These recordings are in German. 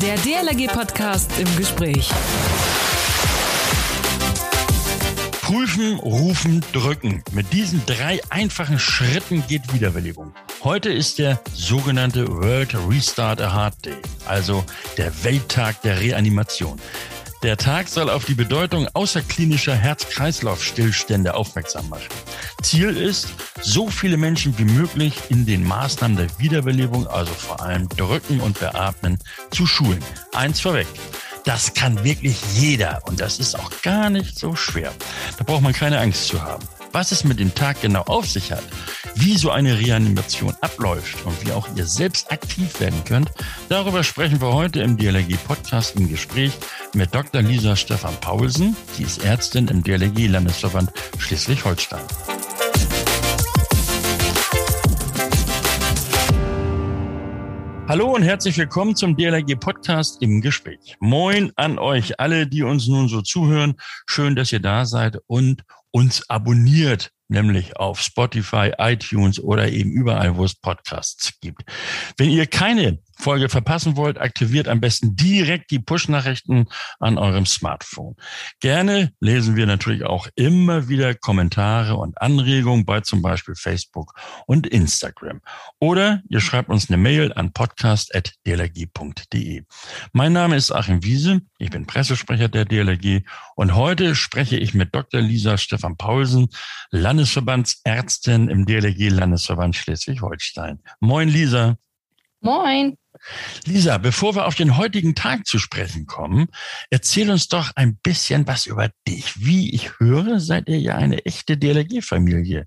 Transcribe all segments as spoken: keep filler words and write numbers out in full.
Der D L R G-Podcast im Gespräch. Prüfen, rufen, drücken. Mit diesen drei einfachen Schritten geht Wiederbelebung. Heute ist der sogenannte World Restart a Heart Day, also der Welttag der Reanimation. Der Tag soll auf die Bedeutung außerklinischer Herz-Kreislauf-Stillstände aufmerksam machen. Ziel ist, so viele Menschen wie möglich in den Maßnahmen der Wiederbelebung, also vor allem Drücken und Beatmen, zu schulen. Eins vorweg. Das kann wirklich jeder und das ist auch gar nicht so schwer. Da braucht man keine Angst zu haben. Was es mit dem Tag genau auf sich hat, wie so eine Reanimation abläuft und wie auch ihr selbst aktiv werden könnt, darüber sprechen wir heute im D L R G-Podcast im Gespräch mit Doktor Lisa Stephan Paulsen. Sie ist Ärztin im D L R G-Landesverband Schleswig-Holstein. Hallo und herzlich willkommen zum D L R G-Podcast im Gespräch. Moin an euch alle, die uns nun so zuhören. Schön, dass ihr da seid und uns abonniert, nämlich auf Spotify, iTunes oder eben überall, wo es Podcasts gibt. Wenn ihr keine Folge verpassen wollt, aktiviert am besten direkt die Push-Nachrichten an eurem Smartphone. Gerne lesen wir natürlich auch immer wieder Kommentare und Anregungen bei zum Beispiel Facebook und Instagram. Oder ihr schreibt uns eine Mail an podcast at d l r g punkt d e. Mein Name ist Achim Wiese, ich bin Pressesprecher der D L R G und heute spreche ich mit Doktor Lisa Stephan Paulsen, Landesverbandsärztin im D L R G-Landesverband Schleswig-Holstein. Moin Lisa. Moin. Lisa, bevor wir auf den heutigen Tag zu sprechen kommen, erzähl uns doch ein bisschen was über dich. Wie ich höre, seid ihr ja eine echte D L R G-Familie.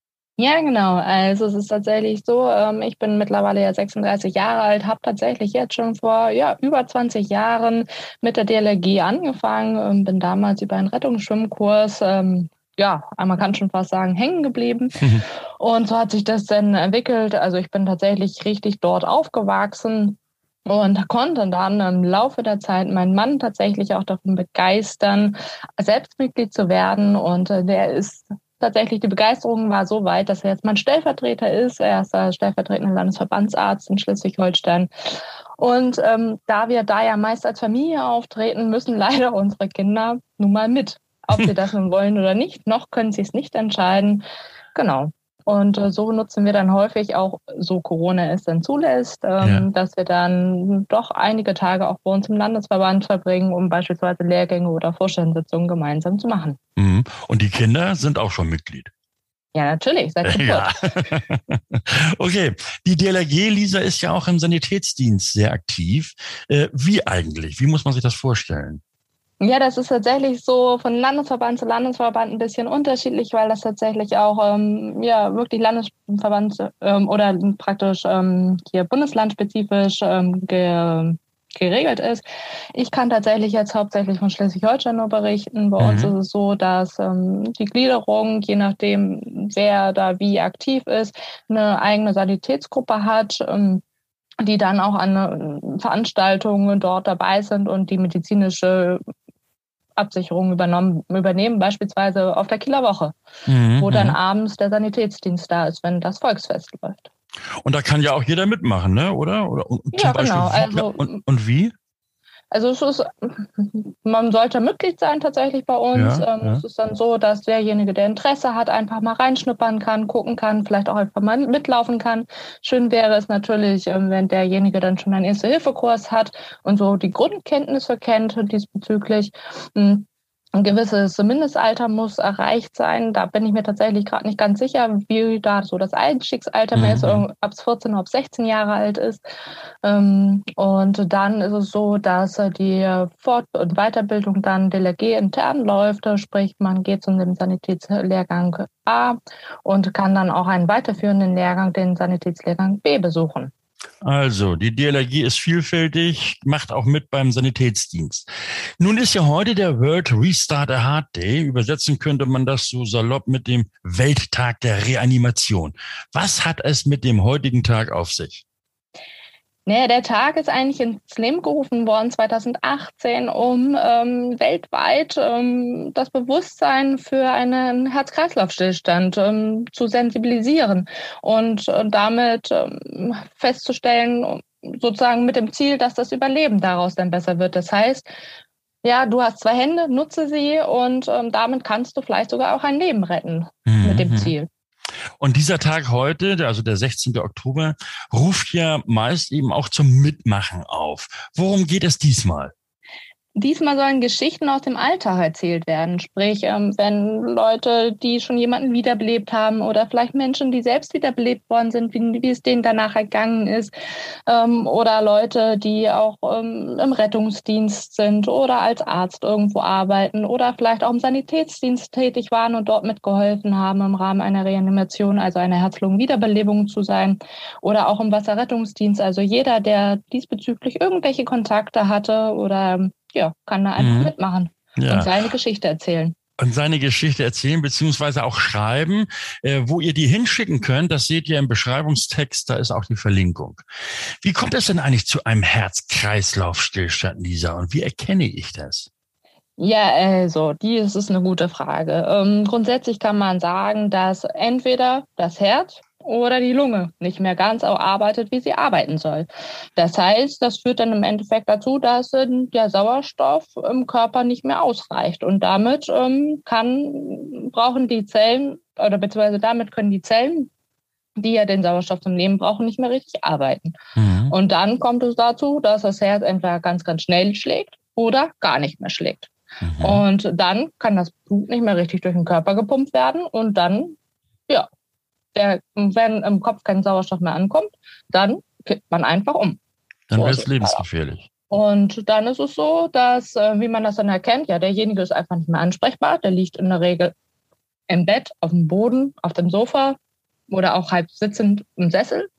Ja, genau. Also es ist tatsächlich so, ich bin mittlerweile ja sechsunddreißig Jahre alt, habe tatsächlich jetzt schon vor ja, über zwanzig Jahren mit der D L R G angefangen, bin damals über einen Rettungsschwimmkurs ähm, ja, man kann schon fast sagen, hängen geblieben. Und so hat sich das dann entwickelt. Also ich bin tatsächlich richtig dort aufgewachsen und konnte dann im Laufe der Zeit meinen Mann tatsächlich auch davon begeistern, selbst Mitglied zu werden. Und der ist tatsächlich, die Begeisterung war so weit, dass er jetzt mein Stellvertreter ist. Er ist der stellvertretende Landesverbandsarzt in Schleswig-Holstein. Und ähm, da wir da ja meist als Familie auftreten, müssen leider unsere Kinder nun mal mit. Ob sie das nun wollen oder nicht, noch können sie es nicht entscheiden. Genau. Und äh, so nutzen wir dann häufig auch, so Corona es dann zulässt, ähm, ja. dass wir dann doch einige Tage auch bei uns im Landesverband verbringen, um beispielsweise Lehrgänge oder Vorstandssitzungen gemeinsam zu machen. Mhm. Und die Kinder sind auch schon Mitglied? Ja, natürlich, seit Geburt. Ja. Okay, die D L R G, Lisa, ist ja auch im Sanitätsdienst sehr aktiv. Äh, wie eigentlich? Wie muss man sich das vorstellen? Ja, das ist tatsächlich so von Landesverband zu Landesverband ein bisschen unterschiedlich, weil das tatsächlich auch ähm, ja wirklich Landesverband ähm, oder praktisch ähm, hier bundeslandspezifisch ähm, ge, geregelt ist. Ich kann tatsächlich jetzt hauptsächlich von Schleswig-Holstein nur berichten. Bei mhm. uns ist es so, dass ähm, die Gliederung, je nachdem wer da wie aktiv ist, eine eigene Sanitätsgruppe hat, ähm, die dann auch an Veranstaltungen dort dabei sind und die medizinische Absicherung übernommen, übernehmen, beispielsweise auf der Kieler Woche, mhm, wo dann abends der Sanitätsdienst da ist, wenn das Volksfest läuft. Und da kann ja auch jeder mitmachen, ne? Oder? Oder und ja, zum genau. Beispiel, Also, und, und wie? Also es ist, man sollte Mitglied sein tatsächlich bei uns. Ja, ähm, ja. Es ist dann so, dass derjenige, der Interesse hat, einfach mal reinschnuppern kann, gucken kann, vielleicht auch einfach mal mitlaufen kann. Schön wäre es natürlich, wenn derjenige dann schon einen Erste-Hilfe-Kurs hat und so die Grundkenntnisse kennt diesbezüglich. Ein gewisses Mindestalter muss erreicht sein. Da bin ich mir tatsächlich gerade nicht ganz sicher, wie da so das Einstiegsalter, wenn es mhm. ab vierzehn, ab sechzehn Jahre alt ist. Und dann ist es so, dass die Fort- und Weiterbildung dann D L R G intern läuft. Sprich, man geht zu dem Sanitätslehrgang A und kann dann auch einen weiterführenden Lehrgang, den Sanitätslehrgang B, besuchen. Also, die D L R G ist vielfältig, macht auch mit beim Sanitätsdienst. Nun ist ja heute der World Restart a Heart Day. Übersetzen könnte man das so salopp mit dem Welttag der Reanimation. Was hat es mit dem heutigen Tag auf sich? Nee, der Tag ist eigentlich ins Leben gerufen worden zweitausendachtzehn, um ähm, weltweit ähm, das Bewusstsein für einen Herz-Kreislauf-Stillstand ähm, zu sensibilisieren und äh, damit ähm, festzustellen, sozusagen mit dem Ziel, dass das Überleben daraus dann besser wird. Das heißt, ja, du hast zwei Hände, nutze sie und ähm, damit kannst du vielleicht sogar auch ein Leben retten mhm. mit dem Ziel. Und dieser Tag heute, also der sechzehnten Oktober, ruft ja meist eben auch zum Mitmachen auf. Worum geht es diesmal? Diesmal sollen Geschichten aus dem Alltag erzählt werden. Sprich, ähm, wenn Leute, die schon jemanden wiederbelebt haben oder vielleicht Menschen, die selbst wiederbelebt worden sind, wie, wie es denen danach ergangen ist. Ähm, oder Leute, die auch ähm, im Rettungsdienst sind oder als Arzt irgendwo arbeiten oder vielleicht auch im Sanitätsdienst tätig waren und dort mitgeholfen haben, im Rahmen einer Reanimation, also einer Herz-Lungen-Wiederbelebung zu sein. Oder auch im Wasserrettungsdienst. Also jeder, der diesbezüglich irgendwelche Kontakte hatte oder ja, kann da einfach mhm. mitmachen ja. und seine Geschichte erzählen. Und seine Geschichte erzählen, beziehungsweise auch schreiben, äh, wo ihr die hinschicken könnt. Das seht ihr im Beschreibungstext, da ist auch die Verlinkung. Wie kommt es denn eigentlich zu einem Herz-Kreislauf-Stillstand, Lisa? Und wie erkenne ich das? Ja, also, die ist, ist eine gute Frage. Ähm, grundsätzlich kann man sagen, dass entweder das Herz oder die Lunge nicht mehr ganz so arbeitet, wie sie arbeiten soll. Das heißt, das führt dann im Endeffekt dazu, dass äh, der Sauerstoff im Körper nicht mehr ausreicht. Und damit ähm, kann, brauchen die Zellen, oder beziehungsweise damit können die Zellen, die ja den Sauerstoff zum Leben brauchen, nicht mehr richtig arbeiten. Mhm. Und dann kommt es dazu, dass das Herz entweder ganz, ganz schnell schlägt oder gar nicht mehr schlägt. Mhm. Und dann kann das Blut nicht mehr richtig durch den Körper gepumpt werden und dann, ja, Der, wenn im Kopf kein Sauerstoff mehr ankommt, dann kippt man einfach um. Dann wird es lebensgefährlich. Und dann ist es so, dass, wie man das dann erkennt, ja, derjenige ist einfach nicht mehr ansprechbar. Der liegt in der Regel im Bett, auf dem Boden, auf dem Sofa oder auch halb sitzend im Sessel.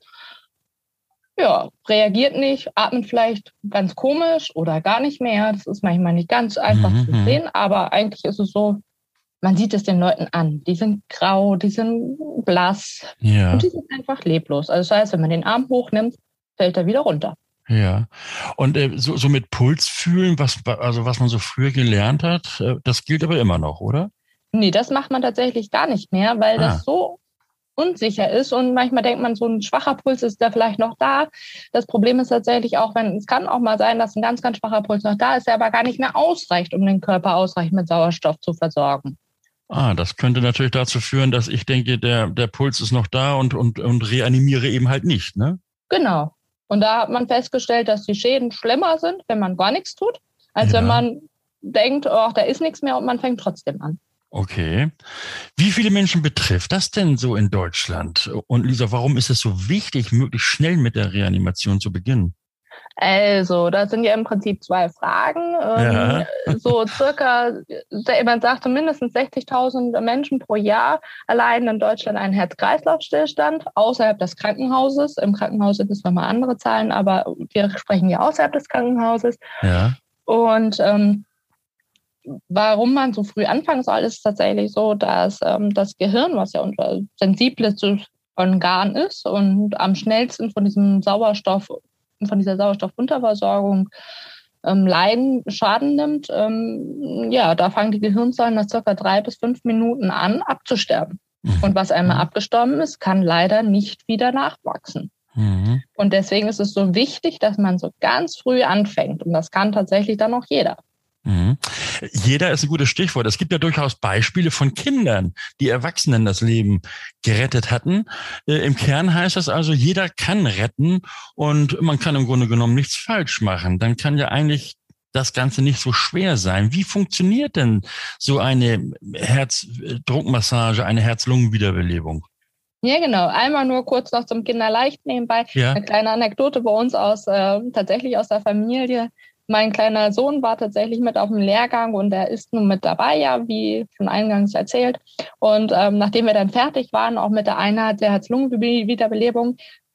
Ja, reagiert nicht, atmet vielleicht ganz komisch oder gar nicht mehr. Das ist manchmal nicht ganz einfach mhm. zu sehen, aber eigentlich ist es so, man sieht es den Leuten an. Die sind grau, die sind blass ja. und die sind einfach leblos. Also das heißt, wenn man den Arm hochnimmt, fällt er wieder runter. Ja. Und äh, so, so mit Puls fühlen, was, also was man so früher gelernt hat, äh, das gilt aber immer noch, oder? Nee, das macht man tatsächlich gar nicht mehr, weil ah. das so unsicher ist und manchmal denkt man, so ein schwacher Puls ist da vielleicht noch da. Das Problem ist tatsächlich auch, wenn es kann auch mal sein, dass ein ganz, ganz schwacher Puls noch da ist, der aber gar nicht mehr ausreicht, um den Körper ausreichend mit Sauerstoff zu versorgen. Ah, das könnte natürlich dazu führen, dass ich denke, der, der Puls ist noch da und, und, und reanimiere eben halt nicht, ne? Genau. Und da hat man festgestellt, dass die Schäden schlimmer sind, wenn man gar nichts tut, als ja. wenn man denkt, oh, da ist nichts mehr und man fängt trotzdem an. Okay. Wie viele Menschen betrifft das denn so in Deutschland? Und Lisa, warum ist es so wichtig, möglichst schnell mit der Reanimation zu beginnen? Also, das sind ja im Prinzip zwei Fragen. Ja. So circa, man sagte mindestens sechzigtausend Menschen pro Jahr allein in Deutschland einen Herz-Kreislauf-Stillstand außerhalb des Krankenhauses. Im Krankenhaus sind es nochmal andere Zahlen, aber wir sprechen ja außerhalb des Krankenhauses. Ja. Und ähm, warum man so früh anfangen soll, ist tatsächlich so, dass ähm, das Gehirn, was ja unser sensibles Organ ist und am schnellsten von diesem Sauerstoff von dieser Sauerstoffunterversorgung ähm, leiden, Schaden nimmt, ähm, ja, da fangen die Gehirnzellen nach circa drei bis fünf Minuten an, abzusterben. Mhm. Und was einmal mhm. abgestorben ist, kann leider nicht wieder nachwachsen. Mhm. Und deswegen ist es so wichtig, dass man so ganz früh anfängt. Und das kann tatsächlich dann auch jeder. Mhm. Jeder ist ein gutes Stichwort. Es gibt ja durchaus Beispiele von Kindern, die Erwachsenen das Leben gerettet hatten. Äh, Im Kern heißt das also, jeder kann retten und man kann im Grunde genommen nichts falsch machen. Dann kann ja eigentlich das Ganze nicht so schwer sein. Wie funktioniert denn so eine Herzdruckmassage, eine Herz-Lungen-Wiederbelebung? Ja, genau. Einmal nur kurz noch zum Kinderleicht nebenbei. Ja. Eine kleine Anekdote bei uns aus äh, tatsächlich aus der Familie. Mein kleiner Sohn war tatsächlich mit auf dem Lehrgang und er ist nun mit dabei, ja, wie schon eingangs erzählt. Und ähm, nachdem wir dann fertig waren, auch mit der Einheit der Herz-Lungen-Wiederbelebung,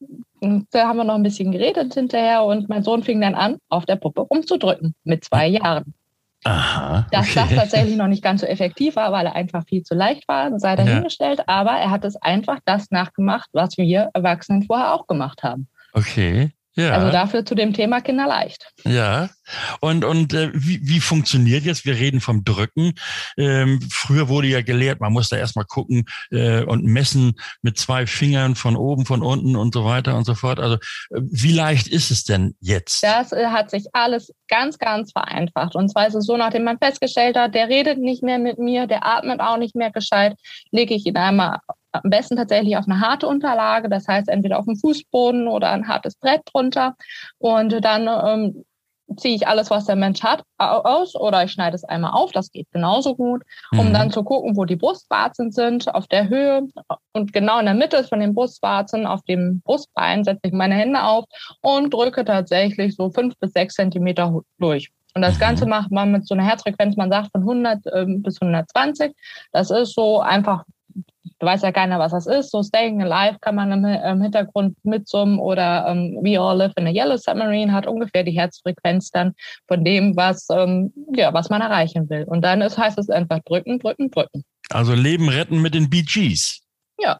da haben wir noch ein bisschen geredet hinterher und mein Sohn fing dann an, auf der Puppe rumzudrücken mit zwei Jahren. Aha. Dass okay. das tatsächlich noch nicht ganz so effektiv war, weil er einfach viel zu leicht war, sei dahingestellt. Ja. Aber er hat es einfach das nachgemacht, was wir Erwachsenen vorher auch gemacht haben. Okay. Ja. Also dafür zu dem Thema Kinderleicht. Ja, und, und äh, wie, wie funktioniert jetzt? Wir reden vom Drücken. Ähm, früher wurde ja gelehrt, man muss da erstmal gucken äh, und messen mit zwei Fingern von oben, von unten und so weiter und so fort. Also äh, wie leicht ist es denn jetzt? Das äh, hat sich alles ganz, ganz vereinfacht. Und zwar ist es so, nachdem man festgestellt hat, der redet nicht mehr mit mir, der atmet auch nicht mehr gescheit, lege ich ihn einmal am besten tatsächlich auf eine harte Unterlage, das heißt entweder auf dem Fußboden oder ein hartes Brett drunter. Und dann ähm, ziehe ich alles, was der Mensch hat, aus oder ich schneide es einmal auf, das geht genauso gut, um mhm. dann zu gucken, wo die Brustwarzen sind, auf der Höhe. Und genau in der Mitte von den Brustwarzen, auf dem Brustbein, setze ich meine Hände auf und drücke tatsächlich so fünf bis sechs Zentimeter durch. Und das Ganze macht man mit so einer Herzfrequenz, man sagt von hundert ähm, bis hundertzwanzig. Das ist so einfach, du weißt ja keiner, was das ist. So Staying Alive kann man im, im Hintergrund mitsummen oder ähm, We All Live in a Yellow Submarine hat ungefähr die Herzfrequenz dann von dem, was, ähm, ja, was man erreichen will. Und dann ist, heißt es einfach drücken, drücken, drücken. Also Leben retten mit den Bee Gees. Ja.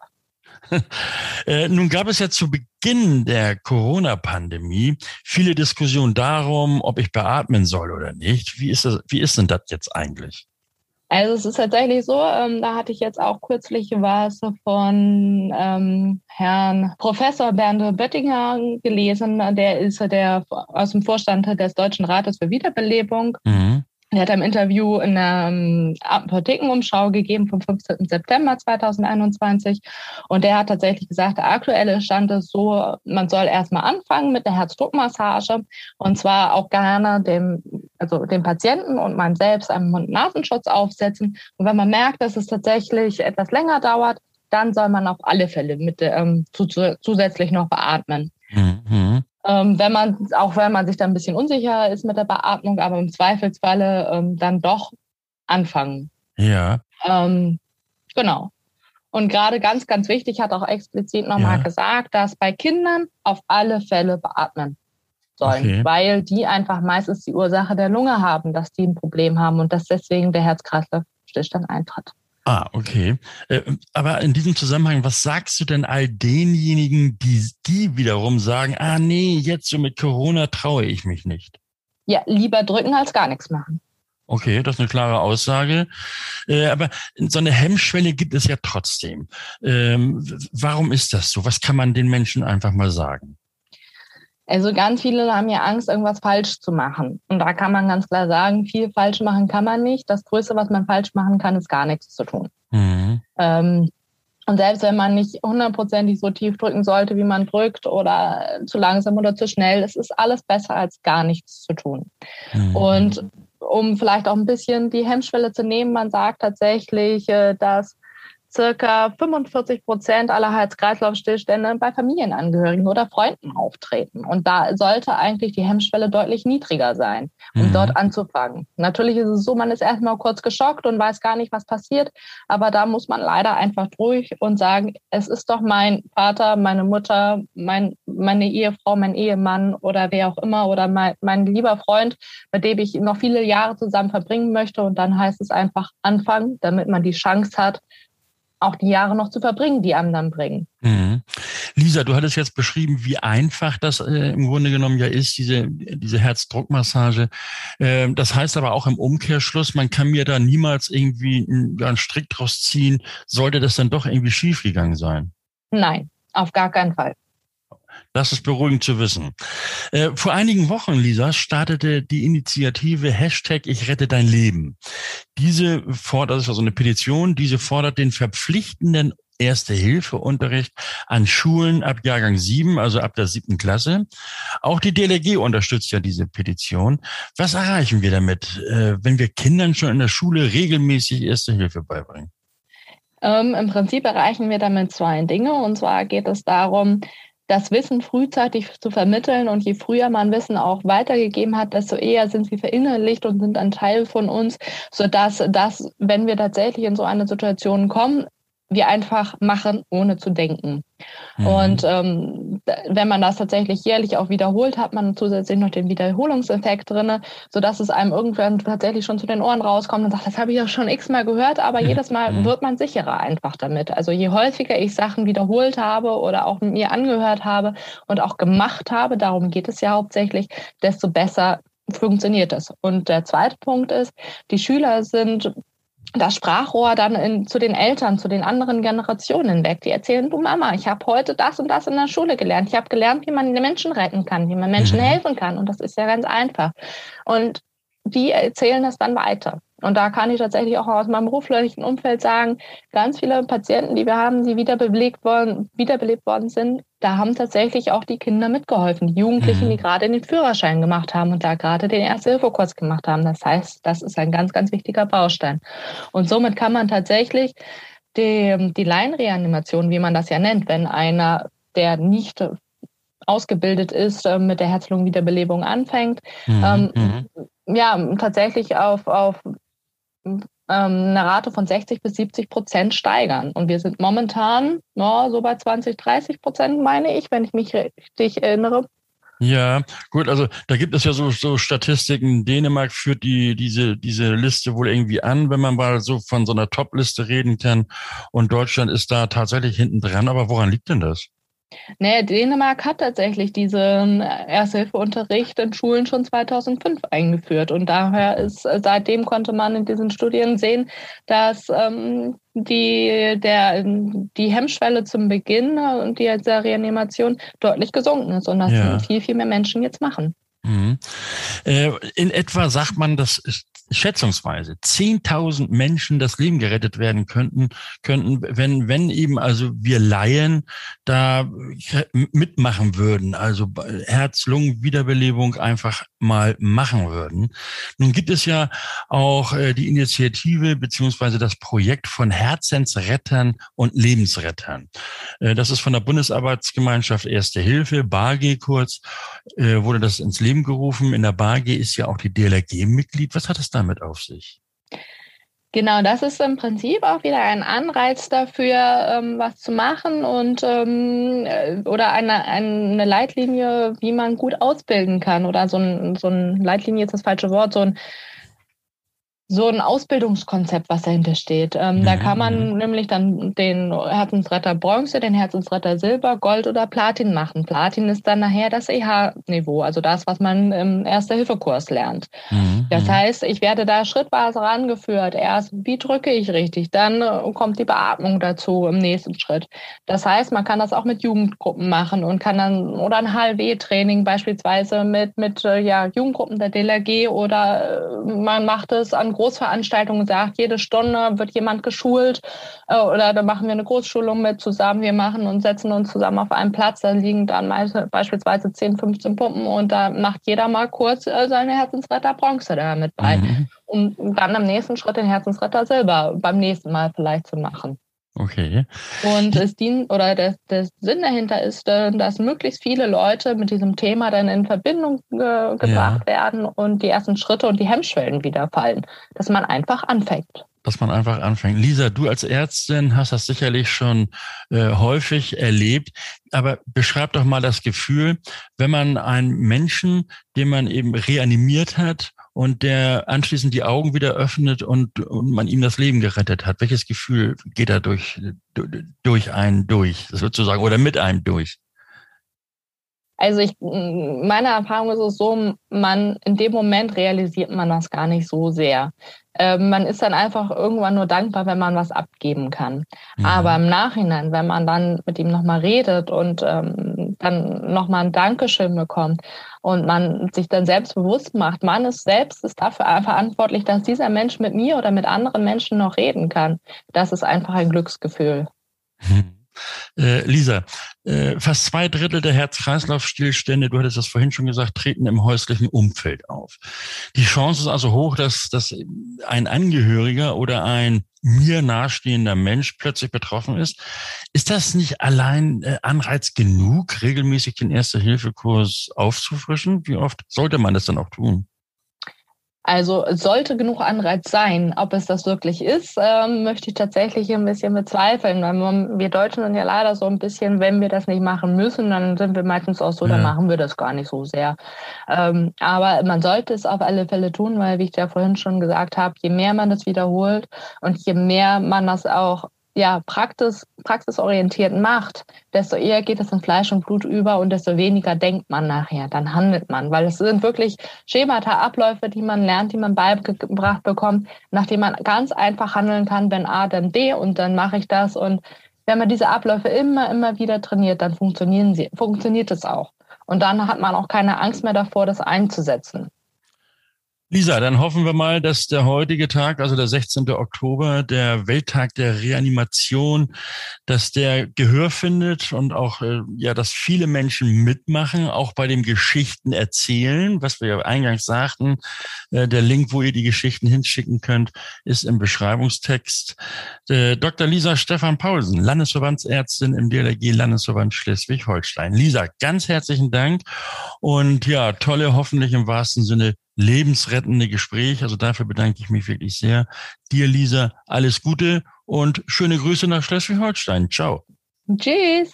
äh, nun gab es ja zu Beginn der Corona-Pandemie viele Diskussionen darum, ob ich beatmen soll oder nicht. Wie ist das, wie ist denn das jetzt eigentlich? Also es ist tatsächlich so, ähm, da hatte ich jetzt auch kürzlich was von ähm, Herrn Professor Bernd Böttinger gelesen. Der ist der aus dem Vorstand des Deutschen Rates für Wiederbelebung. Mhm. Er hat ein Interview in der ähm, Apothekenumschau gegeben vom fünfzehnten September zweitausendeinundzwanzig. Und der hat tatsächlich gesagt, der aktuelle Stand ist so, man soll erstmal anfangen mit der Herzdruckmassage. Und zwar auch gerne dem, also dem Patienten und man selbst einen Mund-Nasenschutz aufsetzen. Und wenn man merkt, dass es tatsächlich etwas länger dauert, dann soll man auf alle Fälle mit ähm, zusätzlich noch beatmen. Mhm. Ähm, wenn man, auch wenn man sich da ein bisschen unsicher ist mit der Beatmung, aber im Zweifelsfalle ähm, dann doch anfangen. Ja. Ähm, genau. Und gerade ganz, ganz wichtig, hat auch explizit nochmal ja. gesagt, dass bei Kindern auf alle Fälle beatmen sollen, okay. weil die einfach meistens die Ursache der Lunge haben, dass die ein Problem haben und dass deswegen der Herz-Kreislauf-Stillstand eintritt. Ah, okay. Aber in diesem Zusammenhang, was sagst du denn all denjenigen, die, die wiederum sagen, ah nee, jetzt so mit Corona traue ich mich nicht? Ja, lieber drücken als gar nichts machen. Okay, das ist eine klare Aussage. Aber so eine Hemmschwelle gibt es ja trotzdem. Warum ist das so? Was kann man den Menschen einfach mal sagen? Also ganz viele haben ja Angst, irgendwas falsch zu machen. Und da kann man ganz klar sagen, viel falsch machen kann man nicht. Das Größte, was man falsch machen kann, ist gar nichts zu tun. Mhm. Ähm, und selbst wenn man nicht hundertprozentig so tief drücken sollte, wie man drückt oder zu langsam oder zu schnell, es ist alles besser, als gar nichts zu tun. Mhm. Und um vielleicht auch ein bisschen die Hemmschwelle zu nehmen, man sagt tatsächlich, dass circa fünfundvierzig Prozent aller Herz-Kreislauf-Stillstände bei Familienangehörigen oder Freunden auftreten. Und da sollte eigentlich die Hemmschwelle deutlich niedriger sein, um mhm. dort anzufangen. Natürlich ist es so, man ist erstmal kurz geschockt und weiß gar nicht, was passiert. Aber da muss man leider einfach durch und sagen, es ist doch mein Vater, meine Mutter, mein, meine Ehefrau, mein Ehemann oder wer auch immer oder mein, mein lieber Freund, mit dem ich noch viele Jahre zusammen verbringen möchte. Und dann heißt es einfach anfangen, damit man die Chance hat, auch die Jahre noch zu verbringen, die einem dann bringen. Mhm. Lisa, du hattest jetzt beschrieben, wie einfach das äh, im Grunde genommen ja ist, diese, diese Herzdruckmassage. Äh, das heißt aber auch im Umkehrschluss, man kann mir da niemals irgendwie einen, einen Strick draus ziehen, sollte das dann doch irgendwie schiefgegangen sein? Nein, auf gar keinen Fall. Das ist beruhigend zu wissen. Äh, vor einigen Wochen, Lisa, startete die Initiative Hashtag Ich rette dein Leben. Diese fordert, das ist also eine Petition, diese fordert den verpflichtenden Erste-Hilfe-Unterricht an Schulen ab Jahrgang sieben, also ab der siebten Klasse. Auch die D L R G unterstützt ja diese Petition. Was erreichen wir damit, äh, wenn wir Kindern schon in der Schule regelmäßig Erste Hilfe beibringen? Ähm, im Prinzip erreichen wir damit zwei Dinge. Und zwar geht es darum, das Wissen frühzeitig zu vermitteln, und je früher man Wissen auch weitergegeben hat, desto eher sind sie verinnerlicht und sind ein Teil von uns, sodass das, wenn wir tatsächlich in so eine Situation kommen, wir einfach machen, ohne zu denken. Mhm. Und ähm, wenn man das tatsächlich jährlich auch wiederholt, hat man zusätzlich noch den Wiederholungseffekt drin, sodass es einem irgendwann tatsächlich schon zu den Ohren rauskommt und sagt, das habe ich ja schon x-mal gehört, aber mhm. jedes Mal wird man sicherer einfach damit. Also je häufiger ich Sachen wiederholt habe oder auch mir angehört habe und auch gemacht habe, darum geht es ja hauptsächlich, desto besser funktioniert es. Und der zweite Punkt ist, die Schüler sind das Sprachrohr dann in, zu den Eltern, zu den anderen Generationen weg. Die erzählen, du Mama, ich habe heute das und das in der Schule gelernt. Ich habe gelernt, wie man Menschen retten kann, wie man Menschen mhm. helfen kann. Und das ist ja ganz einfach. Und die erzählen das dann weiter. Und da kann ich tatsächlich auch aus meinem beruflichen Umfeld sagen, ganz viele Patienten, die wir haben, die wiederbelebt worden, wiederbelebt worden sind, da haben tatsächlich auch die Kinder mitgeholfen, die Jugendlichen, die gerade den Führerschein gemacht haben und da gerade den Erste-Hilfe-Kurs gemacht haben. Das heißt, das ist ein ganz, ganz wichtiger Baustein. Und somit kann man tatsächlich die, die Laienreanimation, wie man das ja nennt, wenn einer, der nicht ausgebildet ist, mit der Herz-Lungen-Wiederbelebung anfängt, mhm. ähm, ja, tatsächlich auf, auf ähm, eine Rate von sechzig bis siebzig Prozent steigern. Und wir sind momentan no, so bei zwanzig, dreißig Prozent, meine ich, wenn ich mich richtig erinnere. Ja, gut, also da gibt es ja so, so Statistiken. Dänemark führt die, diese, diese Liste wohl irgendwie an, wenn man mal so von so einer Top-Liste reden kann. Und Deutschland ist da tatsächlich hinten dran. Aber woran liegt denn das? Nee, Dänemark hat tatsächlich diesen Erste-Hilfe-Unterricht in Schulen schon zweitausendfünf eingeführt. Und daher ist, seitdem konnte man in diesen Studien sehen, dass ähm, die, der, die Hemmschwelle zum Beginn und die der Reanimation deutlich gesunken ist und dass ja. viel, viel mehr Menschen jetzt machen. Mhm. Äh, in etwa sagt man, dass schätzungsweise zehntausend Menschen das Leben gerettet werden könnten, könnten, wenn, wenn eben also wir Laien da mitmachen würden, also Herz-Lungen-Wiederbelebung einfach mal machen würden. Nun gibt es ja auch äh, die Initiative beziehungsweise das Projekt von Herzensrettern und Lebensrettern. Äh, das ist von der Bundesarbeitsgemeinschaft Erste Hilfe, B A G kurz, äh, wurde das ins Leben gerufen. In der B A G ist ja auch die D L R G Mitglied. Was hat es damit auf sich? Genau, das ist im Prinzip auch wieder ein Anreiz dafür, ähm, was zu machen und ähm, oder eine, eine Leitlinie, wie man gut ausbilden kann oder so ein, so ein Leitlinie ist das falsche Wort, so ein So ein Ausbildungskonzept, was dahinter steht. Ähm, mhm. Da kann man nämlich dann den Herzensretter Bronze, den Herzensretter Silber, Gold oder Platin machen. Platin ist dann nachher das E H-Niveau, also das, was man im Erste-Hilfe-Kurs lernt. Mhm. Das heißt, ich werde da schrittweise rangeführt. Erst, wie drücke ich richtig? Dann äh, kommt die Beatmung dazu im nächsten Schritt. Das heißt, man kann das auch mit Jugendgruppen machen und kann dann, oder ein H L W-Training beispielsweise mit, mit ja, Jugendgruppen der D L R G oder äh, man macht es an Großveranstaltungen, sagt, jede Stunde wird jemand geschult äh, oder da machen wir eine Großschulung mit zusammen. Wir machen und setzen uns zusammen auf einen Platz, da liegen dann beispielsweise zehn, fünfzehn Pumpen und da macht jeder mal kurz äh, seine Herzensretter Bronze da mit bei. Mhm. Um dann im nächsten Schritt den Herzensretter Silber beim nächsten Mal vielleicht zu machen. Okay. Und es dient, oder der, der Sinn dahinter ist, dass möglichst viele Leute mit diesem Thema dann in Verbindung ge- gebracht ja. werden und die ersten Schritte und die Hemmschwellen wieder fallen, dass man einfach anfängt. Dass man einfach anfängt. Lisa, du als Ärztin hast das sicherlich schon äh, häufig erlebt, aber beschreib doch mal das Gefühl, wenn man einen Menschen, den man eben reanimiert hat und der anschließend die Augen wieder öffnet und, und man ihm das Leben gerettet hat. Welches Gefühl geht da durch, durch einen durch, sozusagen, oder mit einem durch? Also ich, meine Erfahrung ist es so, man, in dem Moment realisiert man das gar nicht so sehr. Äh, man ist dann einfach irgendwann nur dankbar, wenn man was abgeben kann. Mhm. Aber im Nachhinein, wenn man dann mit ihm nochmal redet und ähm, dann nochmal ein Dankeschön bekommt und man sich dann selbst bewusst macht, man ist selbst ist dafür verantwortlich, dass dieser Mensch mit mir oder mit anderen Menschen noch reden kann. Das ist einfach ein Glücksgefühl. Mhm. Äh, Lisa, äh, fast zwei Drittel der Herz-Kreislauf-Stillstände, du hattest das vorhin schon gesagt, treten im häuslichen Umfeld auf. Die Chance ist also hoch, dass, dass ein Angehöriger oder ein mir nahestehender Mensch plötzlich betroffen ist. Ist das nicht allein äh, Anreiz genug, regelmäßig den Erste-Hilfe-Kurs aufzufrischen? Wie oft sollte man das dann auch tun? Also es sollte genug Anreiz sein. Ob es das wirklich ist, ähm, möchte ich tatsächlich ein bisschen bezweifeln. Weil wir Deutschen sind ja leider so ein bisschen, wenn wir das nicht machen müssen, dann sind wir meistens auch so, ja. Dann machen wir das gar nicht so sehr. Ähm, aber man sollte es auf alle Fälle tun, weil, wie ich ja vorhin schon gesagt habe, je mehr man das wiederholt und je mehr man das auch ja, praxis, praxisorientiert macht, desto eher geht es in Fleisch und Blut über und desto weniger denkt man nachher, dann handelt man. Weil es sind wirklich Schemata, Abläufe, die man lernt, die man beigebracht bekommt, nachdem man ganz einfach handeln kann, wenn A, dann B und dann mache ich das. Und wenn man diese Abläufe immer, immer wieder trainiert, dann funktionieren sie, funktioniert es auch. Und dann hat man auch keine Angst mehr davor, das einzusetzen. Lisa, dann hoffen wir mal, dass der heutige Tag, also der sechzehnten Oktober, der Welttag der Reanimation, dass der Gehör findet und auch, ja, dass viele Menschen mitmachen, auch bei dem Geschichten erzählen, was wir ja eingangs sagten. Der Link, wo ihr die Geschichten hinschicken könnt, ist im Beschreibungstext. Doktor Lisa Stephan Paulsen, Landesverbandsärztin im D L R G Landesverband Schleswig-Holstein. Lisa, ganz herzlichen Dank und ja, tolle, hoffentlich im wahrsten Sinne lebensrettende Gespräch. Also dafür bedanke ich mich wirklich sehr. Dir, Lisa, alles Gute und schöne Grüße nach Schleswig-Holstein. Ciao. Tschüss.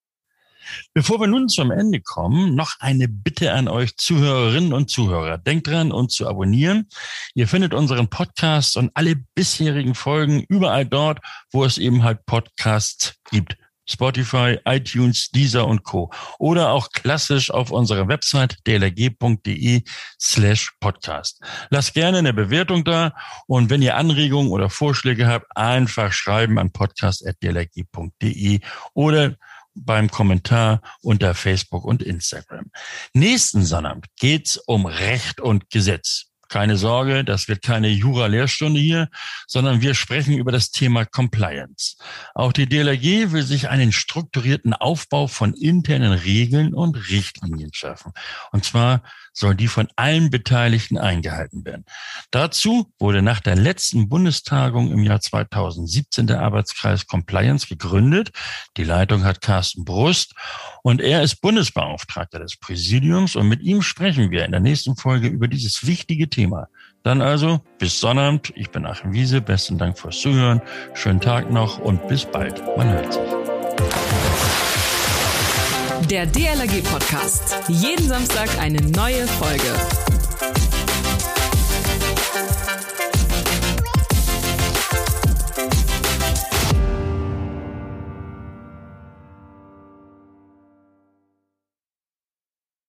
Bevor wir nun zum Ende kommen, noch eine Bitte an euch Zuhörerinnen und Zuhörer. Denkt dran, uns zu abonnieren. Ihr findet unseren Podcast und alle bisherigen Folgen überall dort, wo es eben halt Podcasts gibt. Spotify, iTunes, Deezer und Co. Oder auch klassisch auf unserer Website d l r g punkt d e slash podcast. Lasst gerne eine Bewertung da und wenn ihr Anregungen oder Vorschläge habt, einfach schreiben an podcast at d l r g punkt d e oder beim Kommentar unter Facebook und Instagram. Nächsten Sonnabend geht's um Recht und Gesetz. Keine Sorge, das wird keine Jura-Lehrstunde hier, sondern wir sprechen über das Thema Compliance. Auch die D L R G will sich einen strukturierten Aufbau von internen Regeln und Richtlinien schaffen. Und zwar soll die von allen Beteiligten eingehalten werden. Dazu wurde nach der letzten Bundestagung im Jahr zweitausendsiebzehn der Arbeitskreis Compliance gegründet. Die Leitung hat Carsten Brust und er ist Bundesbeauftragter des Präsidiums und mit ihm sprechen wir in der nächsten Folge über dieses wichtige Thema. Dann also bis Sonnabend. Ich bin Achim Wiese. Besten Dank fürs Zuhören. Schönen Tag noch und bis bald. Man hört sich. Der D L R G Podcast. Jeden Samstag eine neue Folge.